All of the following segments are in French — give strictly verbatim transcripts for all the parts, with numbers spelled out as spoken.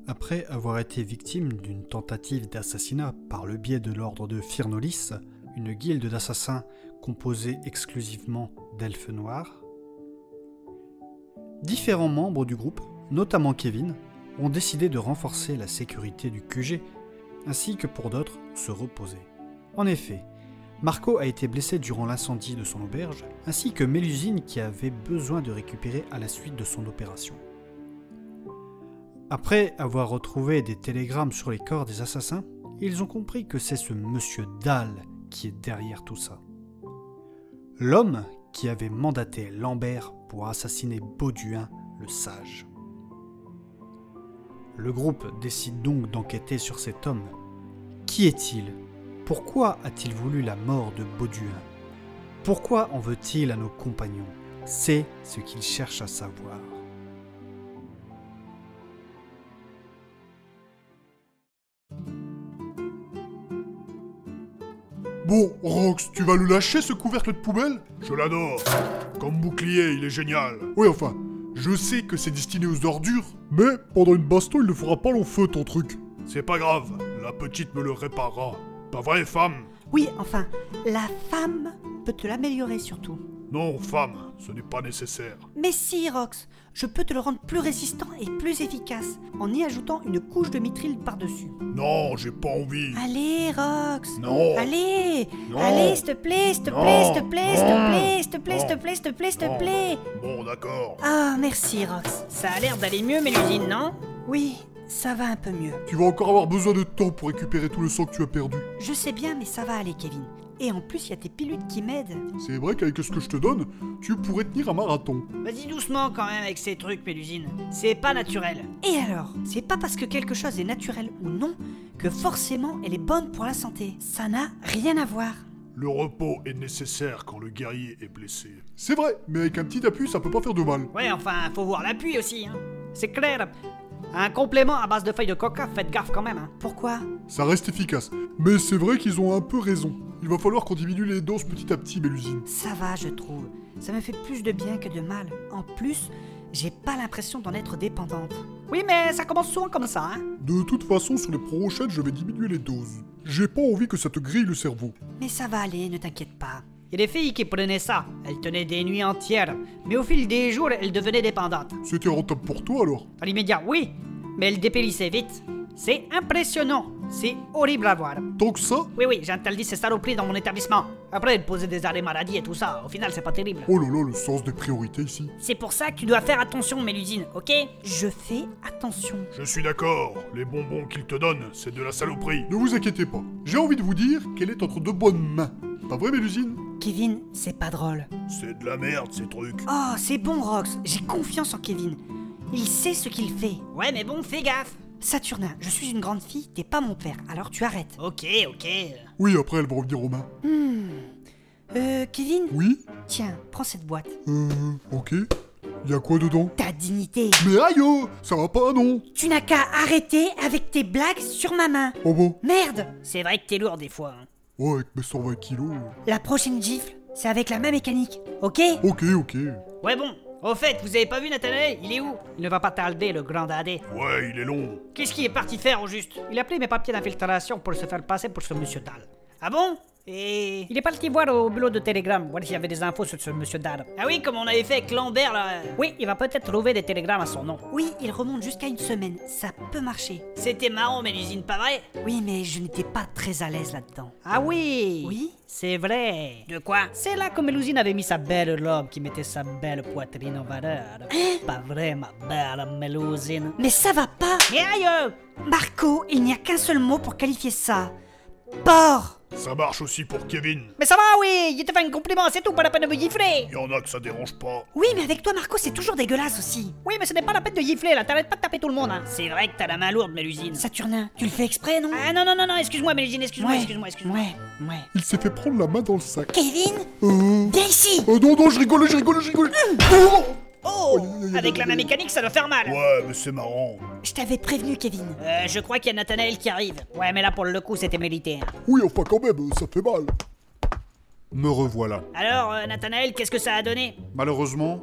Après avoir été victime d'une tentative d'assassinat par le biais de l'ordre de Firnolis, une guilde d'assassins composée exclusivement d'elfes noirs, différents membres du groupe, notamment Kevin, ont décidé de renforcer la sécurité du Q G, ainsi que pour d'autres, se reposer. En effet, Marco a été blessé durant l'incendie de son auberge, ainsi que Mélusine qui avait besoin de récupérer à la suite de son opération. Après avoir retrouvé des télégrammes sur les corps des assassins, ils ont compris que c'est ce monsieur Dahl qui est derrière tout ça. L'homme qui avait mandaté Lambert pour assassiner Bauduin le Sage. Le groupe décide donc d'enquêter sur cet homme. Qui est-il ? Pourquoi a-t-il voulu la mort de Bauduin ? Pourquoi en veut-il à nos compagnons ? C'est ce qu'il cherche à savoir. Bon, Rox, tu vas le lâcher ce couvercle de poubelle ? Je l'adore. Comme bouclier, il est génial. Oui, enfin, je sais que c'est destiné aux ordures, mais pendant une baston, il ne fera pas long feu ton truc. C'est pas grave, la petite me le réparera. Pas vrai, femme ? Oui, enfin, la femme peut te l'améliorer surtout. Non, femme, ce n'est pas nécessaire. Mais si, Rox, je peux te le rendre plus résistant et plus efficace, en y ajoutant une couche de mithril par-dessus. Non, j'ai pas envie. Allez, Rox. Non. Allez. Non. Allez, s'il te plaît, s'il te Non. plaît, s'il te plaît, s'il te Non. plaît, s'il te plaît, s'il te Non. plaît, s'il te plaît, s'il te Non. plaît. Bon, d'accord. Ah, merci, Rox. Ça a l'air d'aller mieux, Mélusine, non? Oui, ça va un peu mieux. Tu vas encore avoir besoin de temps pour récupérer tout le sang que tu as perdu. Je sais bien, mais ça va aller, Kevin. Et en plus, il y a tes pilules qui m'aident. C'est vrai qu'avec ce que je te donne, tu pourrais tenir un marathon. Vas-y doucement quand même avec ces trucs, Mélusine. C'est pas naturel. Et alors, c'est pas parce que quelque chose est naturel ou non que forcément elle est bonne pour la santé. Ça n'a rien à voir. Le repos est nécessaire quand le guerrier est blessé. C'est vrai, mais avec un petit appui, ça peut pas faire de mal. Ouais, enfin, faut voir l'appui aussi, hein. C'est clair. Un complément à base de feuilles de coca, faites gaffe quand même, hein. Pourquoi ? Ça reste efficace. Mais c'est vrai qu'ils ont un peu raison. Il va falloir qu'on diminue les doses petit à petit, Mélusine. Ça va, je trouve. Ça me fait plus de bien que de mal. En plus, j'ai pas l'impression d'en être dépendante. Oui, mais ça commence souvent comme ça, hein. De toute façon, sur les prochaines, je vais diminuer les doses. J'ai pas envie que ça te grille le cerveau. Mais ça va aller, ne t'inquiète pas. Il y a des filles qui prenaient ça. Elles tenaient des nuits entières. Mais au fil des jours, elles devenaient dépendantes. C'était rentable pour toi alors? À l'immédiat, oui. Mais elles dépérissaient vite. C'est impressionnant. C'est horrible à voir. Tant que ça? Oui, oui, j'interdis ces saloperies dans mon établissement. Après, elles posaient des arrêts maladie et tout ça. Au final, c'est pas terrible. Oh là là, le sens des priorités ici. C'est pour ça que tu dois faire attention, Mélusine, ok? Je fais attention. Je suis d'accord. Les bonbons qu'il te donne, c'est de la saloperie. Ne vous inquiétez pas. J'ai envie de vous dire qu'elle est entre de bonnes mains. Pas vrai, Mélusine? Kevin, c'est pas drôle. C'est de la merde, ces trucs. Oh, c'est bon, Rox. J'ai confiance en Kevin. Il sait ce qu'il fait. Ouais, mais bon, fais gaffe. Saturnin, je suis une grande fille, t'es pas mon père, alors tu arrêtes. Ok, ok. Oui, après, elle va revenir aux mains. Hmm. Euh, Kevin? Oui? Tiens, prends cette boîte. Euh, ok. Y a quoi dedans? Ta dignité. Mais aïe, oh, ça va pas, non? Tu n'as qu'à arrêter avec tes blagues sur ma main. Oh bon? Merde! C'est vrai que t'es lourd des fois, hein. Ouais, avec mes cent vingt kilos. La prochaine gifle, c'est avec la même mécanique, ok? Ok, ok. Ouais, bon. Au fait, vous avez pas vu Nathanaël? Il est où? Il ne va pas tarder, le grand dadé. Ouais, il est long. Qu'est-ce qu'il est parti faire au juste? Il a pris mes papiers d'infiltration pour se faire passer pour ce monsieur Dahl. Ah bon? Et... Il est parti voir au bureau de télégramme, voir s'il y avait des infos sur ce monsieur Dahl. Ah oui, comme on avait fait avec Lambert, là. Oui, il va peut-être trouver des télégrammes à son nom. Oui, il remonte jusqu'à une semaine, ça peut marcher. C'était marrant, Mélusine, pas vrai? Oui, mais je n'étais pas très à l'aise là-dedans. Ah oui? Oui? C'est vrai. De quoi? C'est là que Mélusine avait mis sa belle robe qui mettait sa belle poitrine en valeur. Hein? Pas vrai, ma belle Mélusine. Mais ça va pas! Mais aïe! Marco, il n'y a qu'un seul mot pour qualifier ça. Porc! Ça marche aussi pour Kevin. Mais ça va, oui! Il te fait un compliment, c'est tout, pas la peine de me gifler! Y en a que ça dérange pas. Oui, mais avec toi, Marco, c'est toujours dégueulasse aussi. Oui, mais ce n'est pas la peine de gifler, là, t'arrêtes pas de taper tout le monde, hein! C'est vrai que t'as la main lourde, Mélusine. Saturnin, tu le fais exprès, non? Ah non, non, non, non, excuse-moi, Mélusine, excuse-moi, Ouais, excuse-moi, excuse-moi. ouais, ouais. Il s'est fait prendre la main dans le sac. Kevin, Euh... viens ici! Oh non, non, je rigole, je rigole, je rigole. Oh Oh! Aïe, aïe, aïe, Avec aïe, la main aïe. mécanique, ça doit faire mal! Ouais, mais c'est marrant. Je t'avais prévenu, Kevin. Euh, je crois qu'il y a Nathanaël qui arrive. Ouais, mais là, pour le coup, c'était mérité. hein. Oui, enfin quand même, ça fait mal. Me revoilà. Alors, euh, Nathanaël, qu'est-ce que ça a donné? Malheureusement,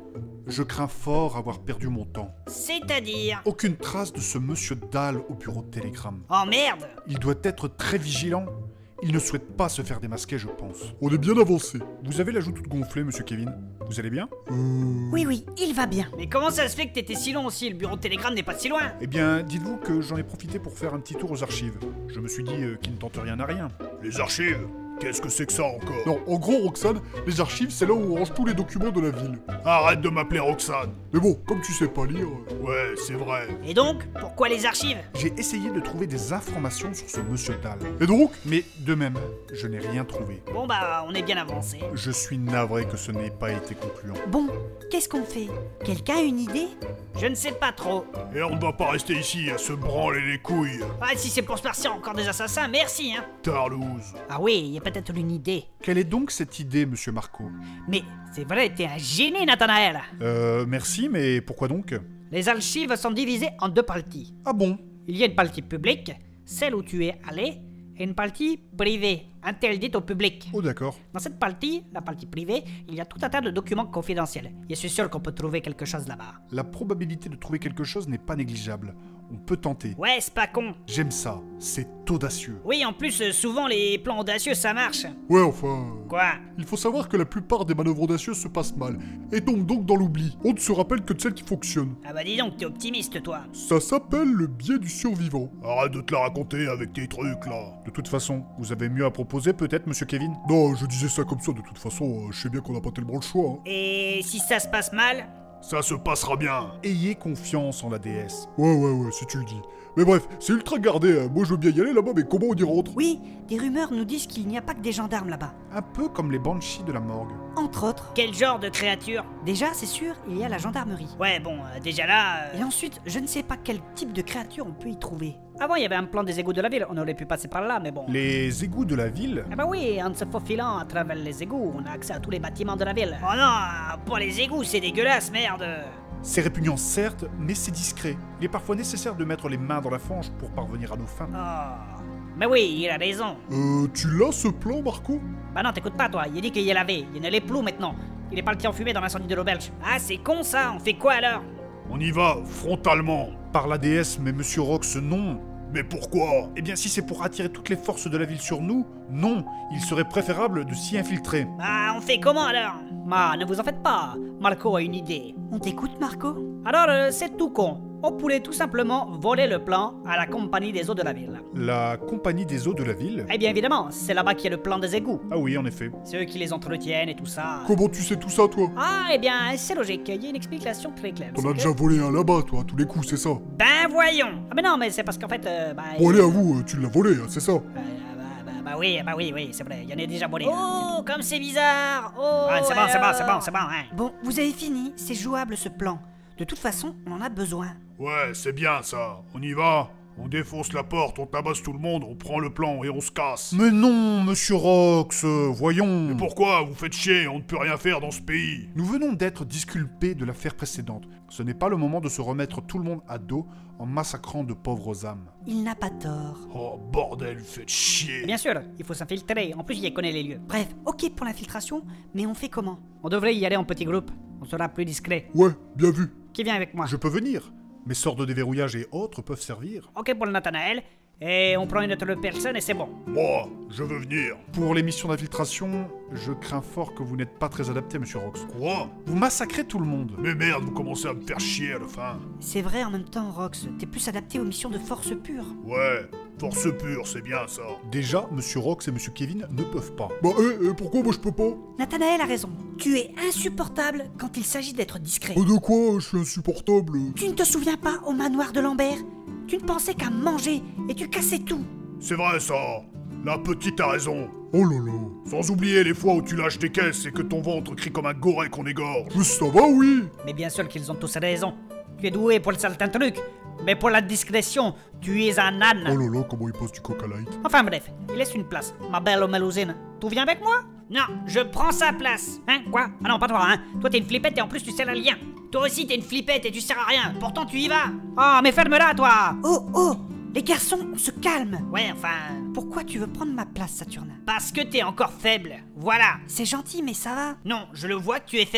Je crains fort avoir perdu mon temps. C'est-à-dire... Aucune trace de ce monsieur Dahl au bureau de télégramme. Oh merde! Il doit être très vigilant. Il ne souhaite pas se faire démasquer, je pense. On est bien avancé. Vous avez la joue toute gonflée, monsieur Kevin. Vous allez bien? Euh... Oui, oui, il va bien. Mais comment ça se fait que t'étais si long aussi? Le bureau de télégramme n'est pas si loin. Eh bien, dites-vous que j'en ai profité pour faire un petit tour aux archives. Je me suis dit euh, qu'il ne tente rien à rien. Les archives? Qu'est-ce que c'est que ça encore? Non, en gros, Roxane, les archives, c'est là où on range tous les documents de la ville. Arrête de m'appeler Roxane. Mais bon, comme tu sais pas lire... Ouais, c'est vrai. Et donc, pourquoi les archives? J'ai essayé de trouver des informations sur ce monsieur Dahl. Et donc? Mais de même, je n'ai rien trouvé. Bon bah, on est bien avancé. Je suis navré que ce n'ait pas été concluant. Bon, qu'est-ce qu'on fait? Quelqu'un a une idée? Je ne sais pas trop. Et on ne va pas rester ici à se branler les couilles. Ah, si c'est pour se farcir encore des assassins, merci, hein. Tarlouse. Ah oui, il y a peut-être une idée. Quelle est donc cette idée, monsieur Marco? Mais c'est vrai, t'es un génie, Nathanaël. Euh, merci, mais pourquoi donc? Les archives sont divisées en deux parties. Ah bon? Il y a une partie publique, celle où tu es allé, et une partie privée, interdite au public. Oh d'accord. Dans cette partie, la partie privée, il y a tout un tas de documents confidentiels. Je suis sûr qu'on peut trouver quelque chose là-bas. La probabilité de trouver quelque chose n'est pas négligeable. On peut tenter. Ouais, c'est pas con. J'aime ça, c'est audacieux. Oui, en plus, euh, souvent les plans audacieux, ça marche. Ouais, enfin... Quoi? Il faut savoir que la plupart des manœuvres audacieuses se passent mal, et donc donc dans l'oubli. On ne se rappelle que de celles qui fonctionnent. Ah bah dis donc, t'es optimiste, toi. Ça s'appelle le biais du survivant. Arrête de te la raconter avec tes trucs, là. De toute façon, vous avez mieux à proposer, peut-être, monsieur Kevin? Non, je disais ça comme ça, de toute façon, je sais bien qu'on n'a pas tellement le choix. Hein. Et si ça se passe mal? Ça se passera bien. Ayez confiance en la déesse. Ouais, ouais, ouais, si tu le dis. Mais bref, c'est ultra gardé, hein. Moi je veux bien y aller là-bas, mais comment on y rentre? Oui, des rumeurs nous disent qu'il n'y a pas que des gendarmes là-bas. Un peu comme les banshees de la morgue. Entre autres. Quel genre de créature? Déjà, c'est sûr, il y a la gendarmerie. Ouais, bon, euh, déjà là... euh, Et ensuite, je ne sais pas quel type de créature on peut y trouver. Avant, il y avait un plan des égouts de la ville, on aurait pu passer par là, mais bon... Les égouts de la ville? Ah bah oui, en se faufilant à travers les égouts, on a accès à tous les bâtiments de la ville. Oh non, pour les égouts, c'est dégueulasse, merde. C'est répugnant certes, mais c'est discret. Il est parfois nécessaire de mettre les mains dans la fange pour parvenir à nos fins. Oh... Mais oui, il a raison. Euh, tu l'as ce plan, Marco? Bah non, t'écoutes pas, toi. Il a dit qu'il y l'avait. Il ne l'est plus maintenant. Il est parti en fumée dans l'incendie de l'auberge. Ah, c'est con ça. On fait quoi alors? On y va, frontalement. Par la déesse, mais monsieur Rox, non. Mais pourquoi? Eh bien, si c'est pour attirer toutes les forces de la ville sur nous, non. Il serait préférable de s'y infiltrer. Bah, on fait comment alors? Bah, ne vous en faites pas. Marco a une idée. On t'écoute, Marco? Alors, euh, c'est tout con. On pourrait tout simplement voler le plan à la compagnie des eaux de la ville. La compagnie des eaux de la ville? Eh bien évidemment, c'est là-bas qu'il y a le plan des égouts. Ah oui, en effet. C'est eux qui les entretiennent et tout ça. Comment tu sais tout ça, toi? Ah, eh bien, c'est logique. Il y a une explication très claire. T'en C'est as que- déjà volé un là-bas, toi, à tous les coups, c'est ça? Ben voyons. Ah mais non, mais c'est parce qu'en fait, euh, bah... Bon, allez, à vous, tu l'as volé, hein, c'est ça? Euh, bah, bah, bah oui, bah oui, oui, c'est vrai. Il y en a déjà volé. Oh, comme c'est bizarre. Oh. Ah, c'est bon, c'est bon, c'est bon, c'est bon. Hein. Bon, vous avez fini, c'est jouable ce plan. De toute façon, on en a besoin. Ouais, c'est bien ça. On y va. On défonce la porte, on tabasse tout le monde, on prend le plan et on se casse. Mais non, monsieur Rox, euh, voyons. Mais pourquoi? Vous faites chier, on ne peut rien faire dans ce pays. Nous venons d'être disculpés de l'affaire précédente. Ce n'est pas le moment de se remettre tout le monde à dos en massacrant de pauvres âmes. Il n'a pas tort. Oh bordel, vous faites chier. Bien sûr, il faut s'infiltrer. En plus, il connaît les lieux. Bref, ok pour l'infiltration, mais on fait comment? On devrait y aller en petits groupes. On sera plus discret. Ouais, bien vu. Qui vient avec moi? Je peux venir. Mes sorts de déverrouillage et autres peuvent servir. Ok pour le Nathanaël. Et on prend une autre personne et c'est bon. Moi, je veux venir. Pour les missions d'infiltration, je crains fort que vous n'êtes pas très adapté, monsieur Rox. Quoi? Vous massacrez tout le monde. Mais merde, vous commencez à me faire chier à la fin. C'est vrai en même temps, Rox, t'es plus adapté aux missions de force pure. Ouais, force pure, c'est bien ça. Déjà, monsieur Rox et monsieur Kevin ne peuvent pas. Bah, et, et pourquoi moi je peux pas? Nathanaël a raison. Tu es insupportable quand il s'agit d'être discret. De quoi? Je suis insupportable. Tu ne te souviens pas au manoir de Lambert? Tu ne pensais qu'à manger et tu cassais tout. C'est vrai ça. La petite a raison. Oh là là. Sans oublier les fois où tu lâches des caisses et que ton ventre crie comme un goret qu'on égorge. Mais ça va, oui. Mais bien sûr qu'ils ont tous raison. Tu es doué pour certains trucs. Mais pour la discrétion, tu es un âne. Oh là là, comment il passe du coca light. Enfin bref, il laisse une place. Ma belle Mélusine, tu viens avec moi? Non, je prends sa place. Hein, quoi? Ah non, pas toi, hein. Toi t'es une flippette et en plus tu sers à rien. Toi aussi t'es une flippette et tu sers à rien. Pourtant tu y vas. Oh, mais ferme-la, toi. Oh, oh! Les garçons, on se calme. Ouais, enfin... Pourquoi tu veux prendre ma place, Saturnin? Parce que t'es encore faible. Voilà. C'est gentil, mais ça va. Non, je le vois que tu es faible.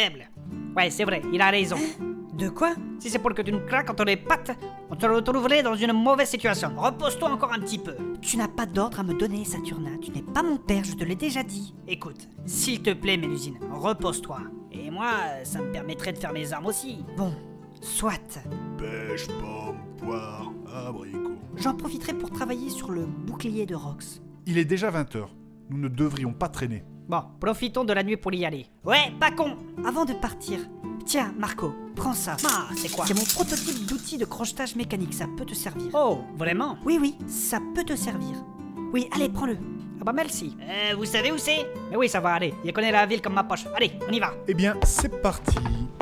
Ouais, c'est vrai, il a raison. De quoi? Si c'est pour que tu nous craques entre les pattes, on te retrouverait dans une mauvaise situation. Repose-toi encore un petit peu. Tu n'as pas d'ordre à me donner, Saturnin. Tu n'es pas mon père, je te l'ai déjà dit. Écoute, s'il te plaît, Mélusine, repose-toi. Et moi, ça me permettrait de faire mes armes aussi. Bon, soit. Pêche, pomme, poire, abricot. J'en profiterai pour travailler sur le bouclier de Rox. Il est déjà vingt heures. Nous ne devrions pas traîner. Bon, profitons de la nuit pour y aller. Ouais, pas con. Avant de partir, tiens, Marco, prends ça. Ah, c'est quoi? C'est mon prototype d'outil de crochetage mécanique, ça peut te servir. Oh, vraiment? Oui, oui, ça peut te servir. Oui, allez, prends-le. Ah bah merci. Euh, vous savez où c'est? Mais oui, ça va aller. Il connaît la ville comme ma poche. Allez, on y va. Eh bien, c'est parti.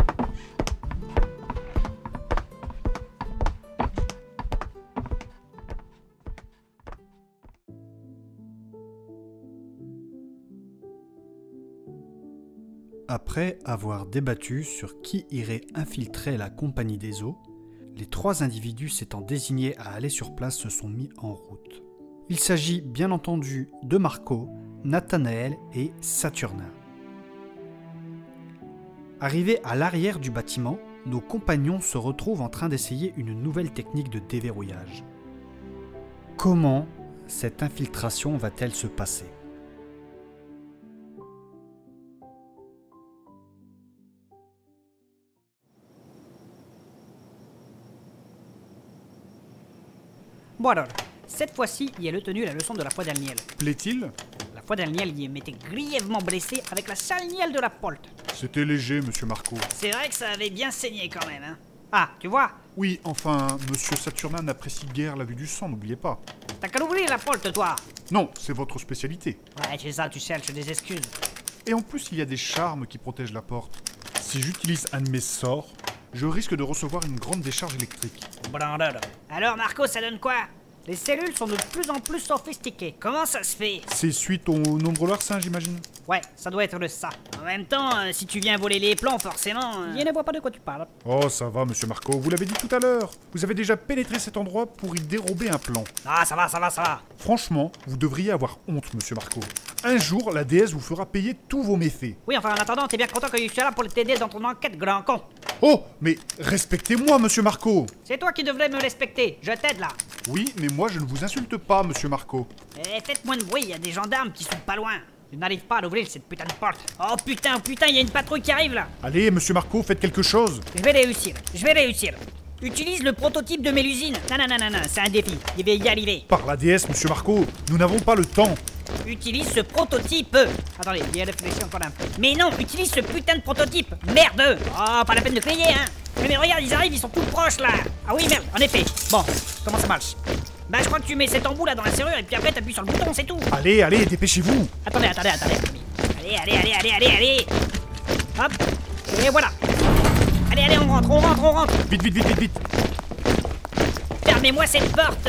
Après avoir débattu sur qui irait infiltrer la Compagnie des Eaux, les trois individus s'étant désignés à aller sur place se sont mis en route. Il s'agit bien entendu de Marco, Nathanaël et Saturnin. Arrivés à l'arrière du bâtiment, nos compagnons se retrouvent en train d'essayer une nouvelle technique de déverrouillage. Comment cette infiltration va-t-elle se passer ? Bon alors, cette fois-ci, il a tenu la leçon de la fois dernière. Plaît-il? La fois dernière, il m'était grièvement blessé avec la salignelle de la polte. C'était léger, monsieur Marco. C'est vrai que ça avait bien saigné quand même, hein. Ah, tu vois? Oui, enfin, monsieur Saturnin n'apprécie guère la vue du sang, n'oubliez pas. T'as qu'à l'ouvrir la polte, toi. Non, c'est votre spécialité. Ouais, c'est ça, tu cherches des excuses. Et en plus, il y a des charmes qui protègent la porte. Si j'utilise un de mes sorts, je risque de recevoir une grande décharge électrique. Brandeur. Alors, Marco, ça donne quoi? Les cellules sont de plus en plus sophistiquées. Comment ça se fait? C'est suite au nombre larcin, j'imagine. Ouais, ça doit être de ça. En même temps, euh, si tu viens voler les plans, forcément... Euh... Je ne vois pas de quoi tu parles. Oh, ça va, monsieur Marco, vous l'avez dit tout à l'heure. Vous avez déjà pénétré cet endroit pour y dérober un plan. Ah, ça va, ça va, ça va. Franchement, vous devriez avoir honte, monsieur Marco. Un jour, la déesse vous fera payer tous vos méfaits. Oui, enfin, en attendant, t'es bien content que je sois là pour t'aider dans ton enquête, grand con. Oh, mais respectez-moi, monsieur Marco. C'est toi qui devrais me respecter. Je t'aide, là. Oui, mais moi, je ne vous insulte pas, monsieur Marco. Eh, faites moins de bruit, il y a des gendarmes qui sont pas loin. Je n'arrive pas à ouvrir cette putain de porte. Oh putain, oh putain, il y a une patrouille qui arrive, là. Allez, monsieur Marco, faites quelque chose. Je vais réussir, je vais réussir. Utilise le prototype de Mélusine. Non, non, non, non, non, c'est un défi. Je vais y arriver. Par la déesse, monsieur Marco, nous n'avons pas le temps. Utilise ce prototype. Attendez, il y a réfléchi encore un peu. Mais non, utilise ce putain de prototype. Merde. Oh, pas la peine de crier, hein. Mais regarde, ils arrivent, ils sont tout proches, là. Ah oui, merde, en effet. Bon, comment ça marche? Bah, je crois que tu mets cet embout là dans la serrure et puis après t'appuies sur le bouton, c'est tout. Allez, allez, dépêchez-vous. Attendez, attendez, attendez. Allez, allez, allez, allez, allez, allez. Hop. Et voilà. Allez, allez, on rentre, on rentre, on rentre. Vite, vite, vite, vite, vite. Fermez-moi cette porte.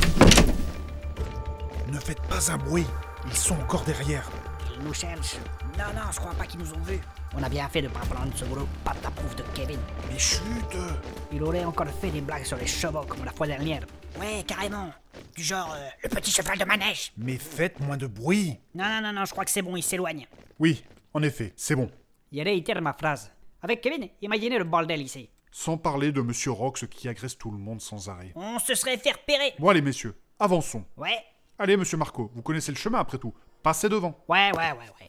Ne faites pas un bruit. Ils sont encore derrière. Ils nous cherchent. Non, non, je crois pas qu'ils nous ont vus. On a bien fait de pas prendre ce boulot, pas ta prouf de Kevin. Mais chut. Il aurait encore fait des blagues sur les chevaux comme la fois dernière. Ouais, carrément. Du genre, euh, le petit cheval de manège. Mais faites moins de bruit. Non, non, non, non, je crois que c'est bon, il s'éloigne. Oui, en effet, c'est bon. Il réitère ma phrase. Avec Kevin, imaginez le bordel ici. Sans parler de monsieur Rox qui agresse tout le monde sans arrêt. On se serait fait repérer. Bon allez messieurs, avançons. Ouais. Allez monsieur Marco, vous connaissez le chemin après tout. Passez devant. Ouais, ouais, ouais, ouais.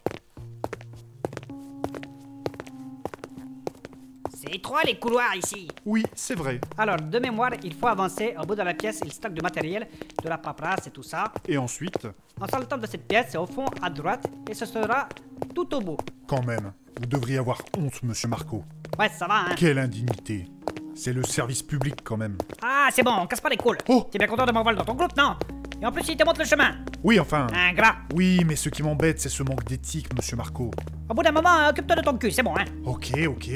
C'est étroit les couloirs ici. Oui, c'est vrai. Alors, de mémoire, il faut avancer au bout de la pièce, il stocke du matériel, de la paperasse et tout ça. Et ensuite? En sortant de cette pièce, c'est au fond, à droite, et ce sera tout au bout. Quand même, vous devriez avoir honte, monsieur Marco. Ouais, ça va, hein. Quelle indignité. C'est le service public quand même. Ah, c'est bon, on casse pas les couilles. Oh. T'es bien content de m'envoyer dans ton groupe, non? Et en plus, il te montre le chemin. Oui, enfin... Ingrat. Oui, mais ce qui m'embête, c'est ce manque d'éthique, monsieur Marco. Au bout d'un moment, occupe-toi de ton cul, c'est bon, hein. Ok, ok.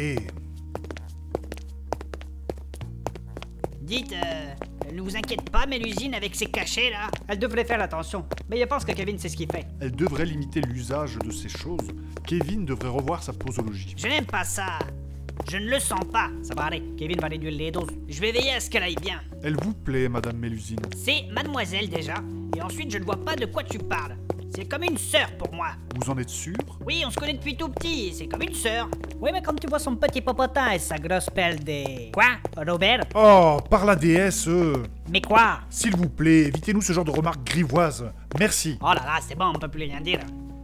Dites, euh, elle ne vous inquiète pas, Mélusine, avec ses cachets, là? Elle devrait faire attention. Mais je pense que Kevin sait ce qu'il fait. Elle devrait limiter l'usage de ces choses. Kevin devrait revoir sa posologie. Je n'aime pas ça. Je ne le sens pas. Ça va aller. Kevin va réduire les doses. Je vais veiller à ce qu'elle aille bien. Elle vous plaît, madame Mélusine? C'est mademoiselle, déjà. Et ensuite, je ne vois pas de quoi tu parles. C'est comme une sœur pour moi. Vous en êtes sûr? Oui, on se connaît depuis tout petit, c'est comme une sœur. Oui, mais quand tu vois son petit popotin et sa grosse pelle de... Quoi? Robert? Oh, par la déesse, euh... Mais quoi? S'il vous plaît, évitez-nous ce genre de remarques grivoises. Merci. Oh là là, c'est bon, on peut plus rien dire.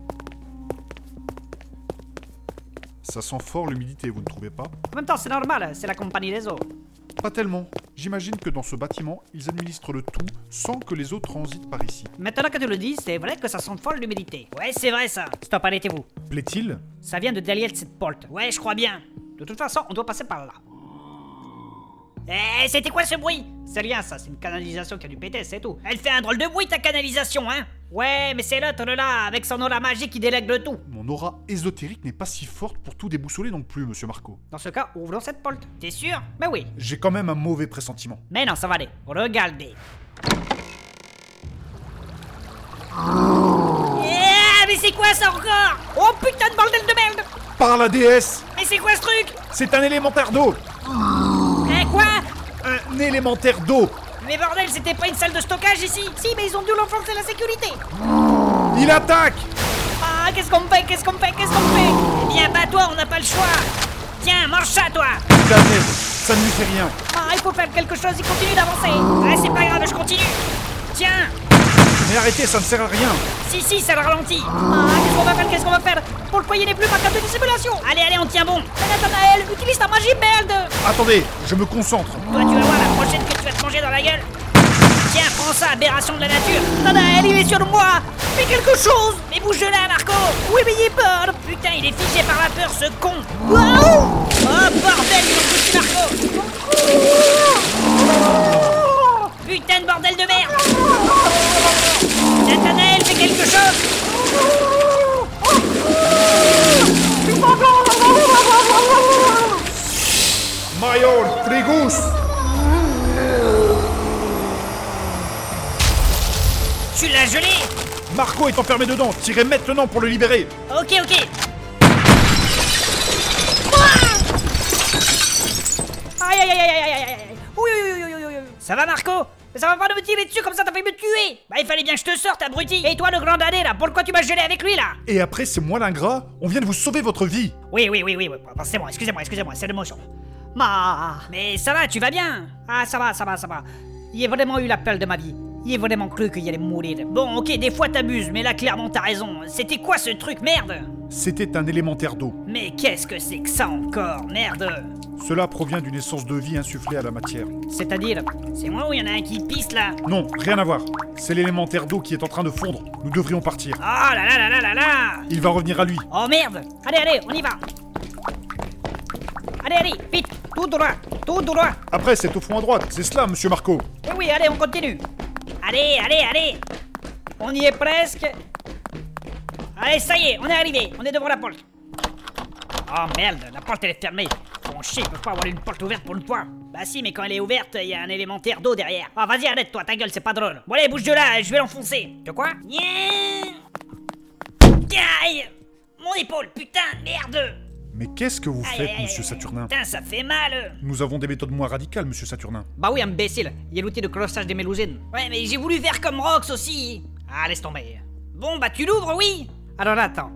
Ça sent fort l'humidité, vous ne trouvez pas? En même temps, c'est normal, c'est la compagnie des eaux. Pas tellement. J'imagine que dans ce bâtiment, ils administrent le tout sans que les eaux transitent par ici. Maintenant que tu le dis, c'est vrai que ça sent fort l'humidité. Ouais, c'est vrai ça. Stop, arrêtez-vous. Plaît-il? Ça vient de derrière cette porte. Ouais, je crois bien. De toute façon, on doit passer par là. Eh, c'était quoi ce bruit? C'est rien ça, c'est une canalisation qui a dû péter, c'est tout. Elle fait un drôle de bruit ta canalisation, hein? Ouais, mais c'est l'autre là, avec son aura magique qui délègue le tout. Mon aura ésotérique n'est pas si forte pour tout déboussoler non plus, monsieur Marco. Dans ce cas, ouvrons cette porte. T'es sûr? Mais oui. J'ai quand même un mauvais pressentiment. Mais non, ça va aller. Regardez. Yeah, mais c'est quoi ça encore? Oh putain de bordel de merde! Par la déesse! Mais c'est quoi ce truc? C'est un élémentaire d'eau! Eh quoi? Un élémentaire d'eau! Mais bordel, c'était pas une salle de stockage ici? Si, mais ils ont dû renforcer la sécurité. Il attaque! Ah, qu'est-ce qu'on fait? Qu'est-ce qu'on fait? Qu'est-ce qu'on fait? Eh bien, bats-toi, on n'a pas le choix. Tiens, mange ça, toi. Jamais! Ça ne lui fait rien. Ah, il faut faire quelque chose, il continue d'avancer. Ah, c'est pas grave, je continue. Tiens. Mais arrêtez, ça ne sert à rien! Si, si, ça le ralentit. Ah, qu'est-ce qu'on va faire? Qu'est-ce qu'on va faire? Pourquoi il n'est plus ma carte de dissimulation? Allez, allez, on tient bon. Mais Nathanaël, utilise ta magie, merde. Attendez, je me concentre. Toi, tu vas voir la prochaine que tu vas te manger dans la gueule. Tiens, prends ça, aberration de la nature. Nathanaël, il est sur moi. Fais quelque chose. Mais bouge-la, Marco. Oui, mais il est peur. Putain, il est figé par la peur, ce con. Wow. Oh, bordel, il en foutu, Marco. Putain de bordel de merde. Nathanaël, fais quelque chose. My old frigus! Tu l'as gelé. Marco est enfermé dedans, tirez maintenant pour le libérer! Ok, ok. Aïe, aïe, aïe, aïe, aïe, aïe, aïe. Oui, oui, oui, oui, oui, oui. Ça va, Marco? Mais ça va pas de me tirer dessus comme ça, t'as failli me tuer. Bah, il fallait bien que je te sorte, abruti. Et toi, le grand dadé, là, pourquoi tu m'as gelé avec lui, là? Et après, c'est moi l'ingrat? On vient de vous sauver votre vie! Oui, oui, oui, oui, oui. Bah, c'est moi, excusez-moi, excusez-moi, c'est l'émotion. Ma... Mais ça va, tu vas bien? Ah, ça va, ça va, ça va. Il a vraiment eu la pelle de ma vie. Il a vraiment cru qu'il allait mourir. Bon, ok, des fois t'abuses, mais là, clairement, t'as raison. C'était quoi ce truc, merde? C'était un élémentaire d'eau. Mais qu'est-ce que c'est que ça encore, merde? Cela provient d'une essence de vie insufflée à la matière. C'est-à-dire, c'est moi ou il y en a un qui pisse, là? Non, rien à voir. C'est l'élémentaire d'eau qui est en train de fondre. Nous devrions partir. Oh là là là là là là! Il va revenir à lui. Oh merde! Allez, allez, on y va! Allez, allez, vite! Tout droit! Tout droit! Après, c'est au fond à droite. C'est cela, monsieur Marco. Oui, oui, allez, on continue! Allez, allez, allez! On y est presque! Allez, ça y est, on est arrivé! On est devant la porte! Oh merde, la porte elle est fermée! Bon chier, ils peuvent pas avoir une porte ouverte pour une fois! Bah si, mais quand elle est ouverte, il y a un élémentaire d'eau derrière! Ah, vas-y, arrête-toi, ta gueule, c'est pas drôle! Bon, allez, bouge de là, je vais l'enfoncer! De quoi? Nya. Aïe! Mon épaule, putain, merde! Mais qu'est-ce que vous Aïe, faites, aïe, aïe, monsieur aïe. Saturnin? Putain, ça fait mal! Nous avons des méthodes moins radicales, monsieur Saturnin. Bah oui, imbécile, il y a l'outil de crossage des mélusines. Ouais, mais j'ai voulu faire comme Rox aussi. Ah, laisse tomber. Bon, bah tu l'ouvres, oui. Alors attends.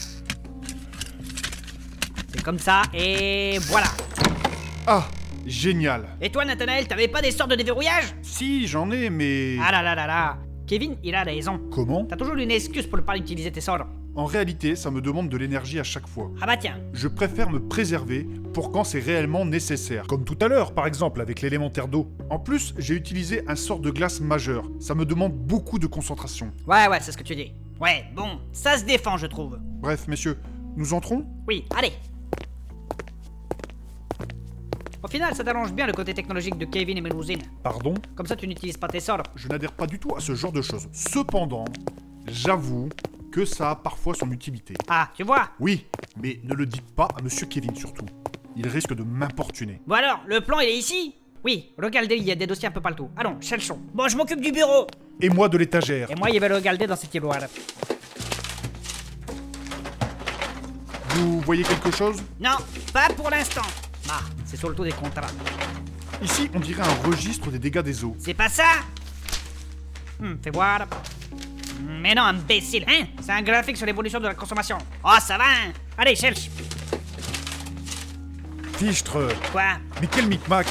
C'est comme ça, et voilà. Ah, génial. Et toi, Nathanaël, t'avais pas des sorts de déverrouillage? Si, j'en ai, mais... Ah là là là là. Kevin, il a raison. Comment? T'as toujours une excuse pour ne pas utiliser tes sorts. En réalité, ça me demande de l'énergie à chaque fois. Ah bah tiens. Je préfère me préserver pour quand c'est réellement nécessaire. Comme tout à l'heure, par exemple, avec l'élémentaire d'eau. En plus, j'ai utilisé un sort de glace majeur. Ça me demande beaucoup de concentration. Ouais, ouais, c'est ce que tu dis. Ouais, bon, ça se défend, je trouve. Bref, messieurs, nous entrons? Oui, allez. Au final, ça t'arrange bien le côté technologique de Kevin et Mélusine. Pardon? Comme ça, tu n'utilises pas tes sorts. Je n'adhère pas du tout à ce genre de choses. Cependant, j'avoue que ça a parfois son utilité. Ah, tu vois? Oui, mais ne le dites pas à monsieur Kevin surtout. Il risque de m'importuner. Bon alors, le plan il est ici? Oui, regardez, il y a des dossiers un peu partout. Allons, cherchons. Bon, je m'occupe du bureau. Et moi de l'étagère. Et moi, il va regarder dans ce tiroir. Vous voyez quelque chose? Non, pas pour l'instant. Ah, c'est surtout des contrats. Ici, on dirait un registre des dégâts des eaux. C'est pas ça? Hmm, fais voir. Mais non, imbécile, hein? C'est un graphique sur l'évolution de la consommation. Oh, ça va, hein? Allez, cherche. Fichtre. Quoi? Mais quel micmac.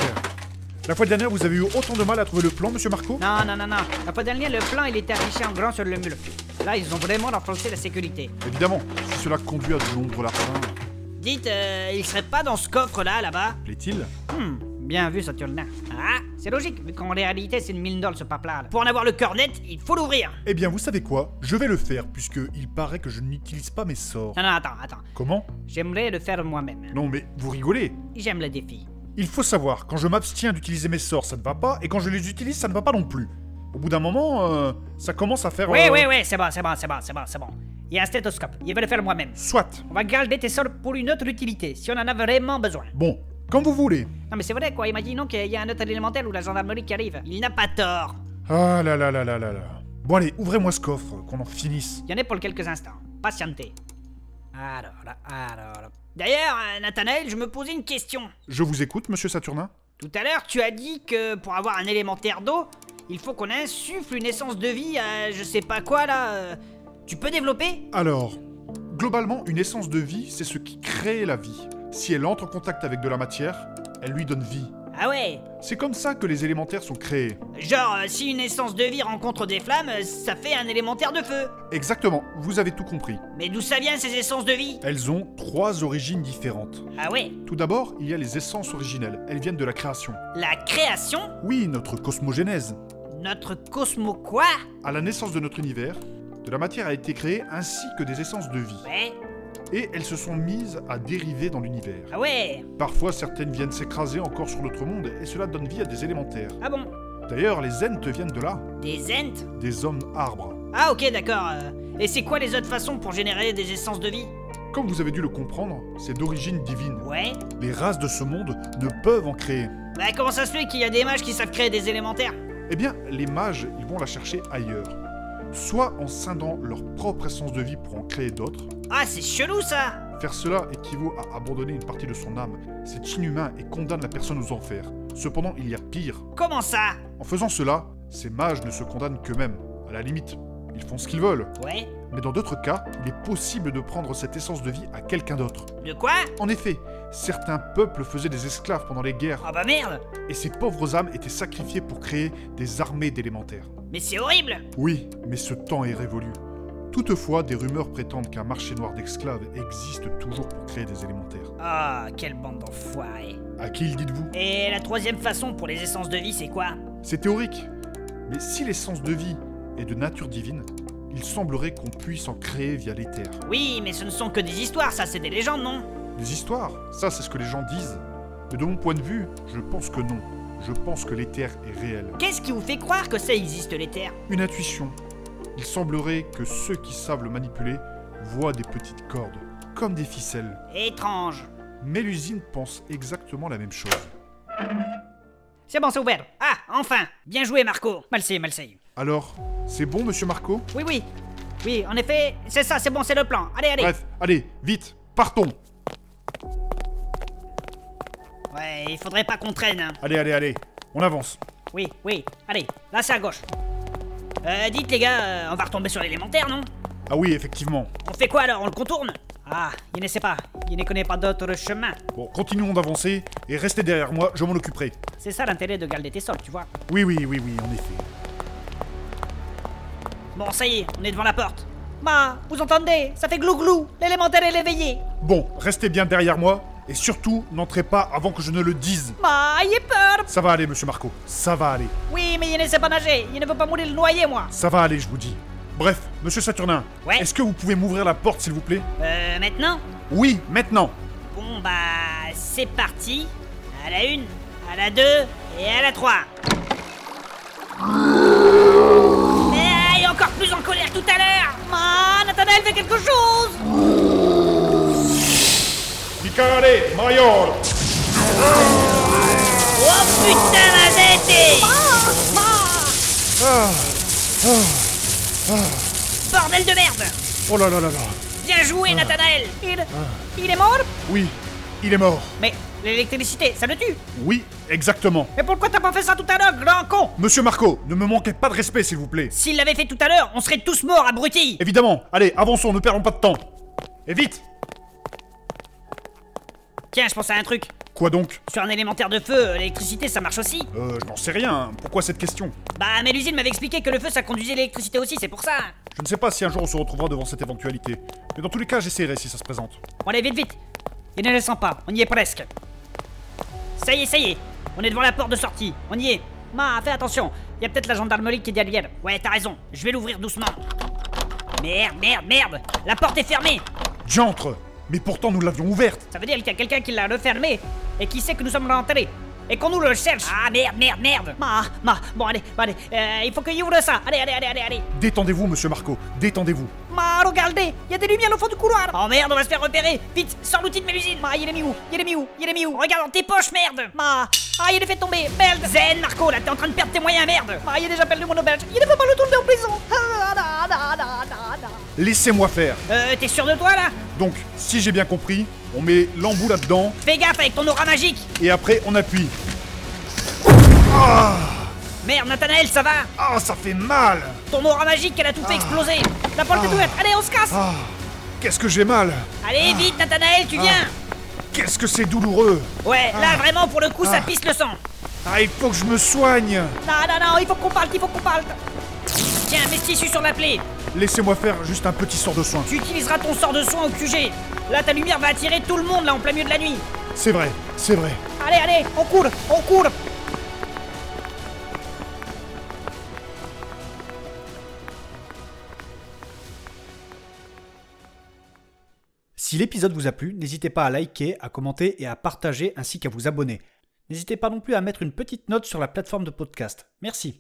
La fois dernière, vous avez eu autant de mal à trouver le plan, monsieur Marco? Non, non, non, non. La fois dernière, le plan, il était affiché en grand sur le mur. Là, ils ont vraiment renforcé la sécurité. Évidemment, si cela conduit à de nombreux larcins. Dites, euh, il serait pas dans ce coffre-là, là-bas? Plaît-il? Hmm, bien vu, Saturnin. Ah, c'est logique, vu qu'en réalité, c'est une mine d'or, ce pape-là. Pour en avoir le cœur net, il faut l'ouvrir. Eh bien, vous savez quoi? Je vais le faire, puisque il paraît que je n'utilise pas mes sorts. Non, non, attends, attends. Comment? J'aimerais le faire moi-même. Non, mais vous rigolez. J'aime le défi. Il faut savoir, quand je m'abstiens d'utiliser mes sorts, ça ne va pas, et quand je les utilise, ça ne va pas non plus. Au bout d'un moment, euh, ça commence à faire... Oui, euh, oui, oui, c'est bon, c'est bon, c'est bon, c'est bon, c'est bon. Il y a un stéthoscope, je vais le faire moi-même. Soit. On va garder tes sorts pour une autre utilité, si on en a vraiment besoin. Bon, comme vous voulez. Non mais c'est vrai quoi, imaginons qu'il y a un autre élémentaire ou la gendarmerie qui arrive. Il n'a pas tort. Ah là là là là là là. Bon allez, ouvrez-moi ce coffre, qu'on en finisse. Il y en a pour quelques instants. Patientez. Alors, alors... D'ailleurs, euh, Nathanaël, je me posais une question. Je vous écoute, monsieur Saturnin. Tout à l'heure, tu as dit que pour avoir un élémentaire d'eau, il faut qu'on insuffle une essence de vie à je sais pas quoi là. euh, Tu peux développer? Alors, globalement, une essence de vie, c'est ce qui crée la vie. Si elle entre en contact avec de la matière, elle lui donne vie. Ah ouais. C'est comme ça que les élémentaires sont créés. Genre, euh, si une essence de vie rencontre des flammes, euh, ça fait un élémentaire de feu. Exactement, vous avez tout compris. Mais d'où ça vient ces essences de vie? Elles ont trois origines différentes. Ah ouais. Tout d'abord, il y a les essences originelles. Elles viennent de la création. La création? Oui, notre cosmogénèse. Notre cosmo quoi? À la naissance de notre univers, de la matière a été créée ainsi que des essences de vie. Ouais. Et elles se sont mises à dériver dans l'univers. Ah ouais. Parfois, certaines viennent s'écraser encore sur notre monde et cela donne vie à des élémentaires. Ah bon? D'ailleurs, les ents viennent de là, Des ents? des hommes arbres. Ah ok, d'accord. euh, Et c'est quoi les autres façons pour générer des essences de vie? Comme vous avez dû le comprendre, c'est d'origine divine. Ouais. Les races de ce monde ne peuvent en créer. Bah comment ça se fait qu'il y a des mages qui savent créer des élémentaires? Eh bien, les mages, ils vont la chercher ailleurs. Soit en scindant leur propre essence de vie pour en créer d'autres. Ah c'est chelou ça. Faire cela équivaut à abandonner une partie de son âme. C'est inhumain et condamne la personne aux enfers. Cependant, il y a pire. Comment ça? En faisant cela, ces mages ne se condamnent qu'eux-mêmes. À la limite, ils font ce qu'ils veulent. Ouais. Mais dans d'autres cas, il est possible de prendre cette essence de vie à quelqu'un d'autre. De quoi? En effet, certains peuples faisaient des esclaves pendant les guerres, Ah bah merde. et ces pauvres âmes étaient sacrifiées pour créer des armées d'élémentaires. Mais c'est horrible. Oui, mais ce temps est révolu. Toutefois, des rumeurs prétendent qu'un marché noir d'esclaves existe toujours pour créer des élémentaires. Ah, quelle bande d'enfoirés. À qui le dites-vous? Et la troisième façon pour les essences de vie, c'est quoi? C'est théorique. Mais si l'essence de vie est de nature divine, il semblerait qu'on puisse en créer via l'éther. Oui, mais ce ne sont que des histoires, ça, c'est des légendes, non? Des histoires, ça c'est ce que les gens disent. Mais de mon point de vue, je pense que non. Je pense que l'éther est réel. Qu'est-ce qui vous fait croire que ça existe, l'éther? Une intuition. Il semblerait que ceux qui savent le manipuler voient des petites cordes, comme des ficelles. Étrange. Mais l'usine pense exactement la même chose. C'est bon, c'est ouvert. Ah, enfin. Bien joué, Marco. Merci, merci. Alors, c'est bon, monsieur Marco? Oui, oui. Oui, en effet, c'est ça, c'est bon, c'est le plan. Allez, allez. Bref, allez, vite, partons. Ouais, il faudrait pas qu'on traîne, hein. Allez, allez, allez, on avance. Oui, oui. Allez, là, c'est à gauche. Euh, dites, les gars, euh, on va retomber sur l'élémentaire, non? Ah oui, effectivement. On fait quoi, alors? On le contourne? Ah, il ne sait pas. Il ne connaît pas d'autre chemin. Bon, continuons d'avancer et restez derrière moi, je m'en occuperai. C'est ça l'intérêt de garder tes sorts, tu vois. Oui, oui, oui, oui, en effet. Bon, ça y est, on est devant la porte. Bah, vous entendez? Ça fait glou-glou. L'élémentaire est éveillé. Bon, restez bien derrière moi et surtout, n'entrez pas avant que je ne le dise. Bah, ayez peur. Ça va aller, monsieur Marco, ça va aller. Oui, mais il ne sait pas nager. Il ne veut pas mourir le noyer, moi. Ça va aller, je vous dis. Bref, monsieur Saturnin, Ouais. est-ce que vous pouvez m'ouvrir la porte, s'il vous plaît? Euh, maintenant? Oui, maintenant. Bon, bah, c'est parti. À la une, à la deux et à la trois. Mais il est encore plus en colère tout à l'heure. Ah, Nathanaël fait quelque chose. Vicare, Mayor. Oh putain, la tête. Bordel de merde. Oh là là là là. Bien joué, Nathanaël. Il... il est mort? Oui, il est mort. Mais L'électricité, ça le tue. Oui, exactement. Mais pourquoi t'as pas fait ça tout à l'heure, grand con? Monsieur Marco, ne me manquez pas de respect, s'il vous plaît. S'il l'avait fait tout à l'heure, on serait tous morts, abrutis. Évidemment, allez, avançons, ne perdons pas de temps. Et vite. Tiens, je pense à un truc. Quoi donc? Sur un élémentaire de feu, l'électricité, ça marche aussi. Euh, je n'en sais rien. Pourquoi cette question? Bah, mais l'usine m'avait expliqué que le feu, ça conduisait l'électricité aussi, c'est pour ça. Je ne sais pas si un jour on se retrouvera devant cette éventualité. Mais dans tous les cas, j'essaierai si ça se présente. Bon, allez, vite, vite. Et ne le sens pas, on y est presque. Ça y est, ça y est. On est devant la porte de sortie, on y est. Ma, fais attention, y a peut-être la gendarmerie qui est derrière. Ouais, t'as raison, je vais l'ouvrir doucement. Merde, merde, merde. La porte est fermée. Diantre! Mais pourtant nous l'avions ouverte! Ça veut dire qu'il y a quelqu'un qui l'a refermée et qui sait que nous sommes rentrés. Et qu'on nous le cherche. Ah, merde, merde, merde. Ma, ma, bon, allez, bon, allez. Euh, il faut qu'il ouvre ça. Allez, allez, allez, allez, allez. Détendez-vous, monsieur Marco, détendez-vous. Ma, regardez, il y a des lumières au fond du couloir. Oh merde, on va se faire repérer. Vite, sors l'outil de Mélusine. Ma, il est mis où? Il est mis où? Il est mis où? Regarde dans tes poches, merde. Ma, ah, il est fait tomber. Merde. Zen, Marco, là, t'es en train de perdre tes moyens, merde. Ma, il a déjà perdu mon auberge. Il ne faut pas le tourner en prison. Ah, da, da, da, da, da. Laissez-moi faire. Euh, t'es sûr de toi, là? Donc, si j'ai bien compris, on met l'embout là-dedans, Fais gaffe avec ton aura magique. et après on appuie. Merde, Nathanaël, ça va? Ah, ça fait mal! Ton aura magique, elle a tout fait exploser. La porte est ouverte. Allez, on se casse. Ah, qu'est-ce que j'ai mal! Allez, vite, Nathanaël, tu viens. Qu'est-ce que c'est douloureux! Ouais, là, vraiment, pour le coup, ça Ah. pisse le sang. Ah, il faut que je me soigne! Non, non, non, il faut qu'on parle, il faut qu'on parle. Tiens, mets ce tissu sur la plaie. Laissez-moi faire juste un petit sort de soin. Tu utiliseras ton sort de soin au Q G. Là, ta lumière va attirer tout le monde, là, en plein milieu de la nuit. C'est vrai, c'est vrai. Allez, allez, on court, on court. Si l'épisode vous a plu, n'hésitez pas à liker, à commenter et à partager ainsi qu'à vous abonner. N'hésitez pas non plus à mettre une petite note sur la plateforme de podcast. Merci.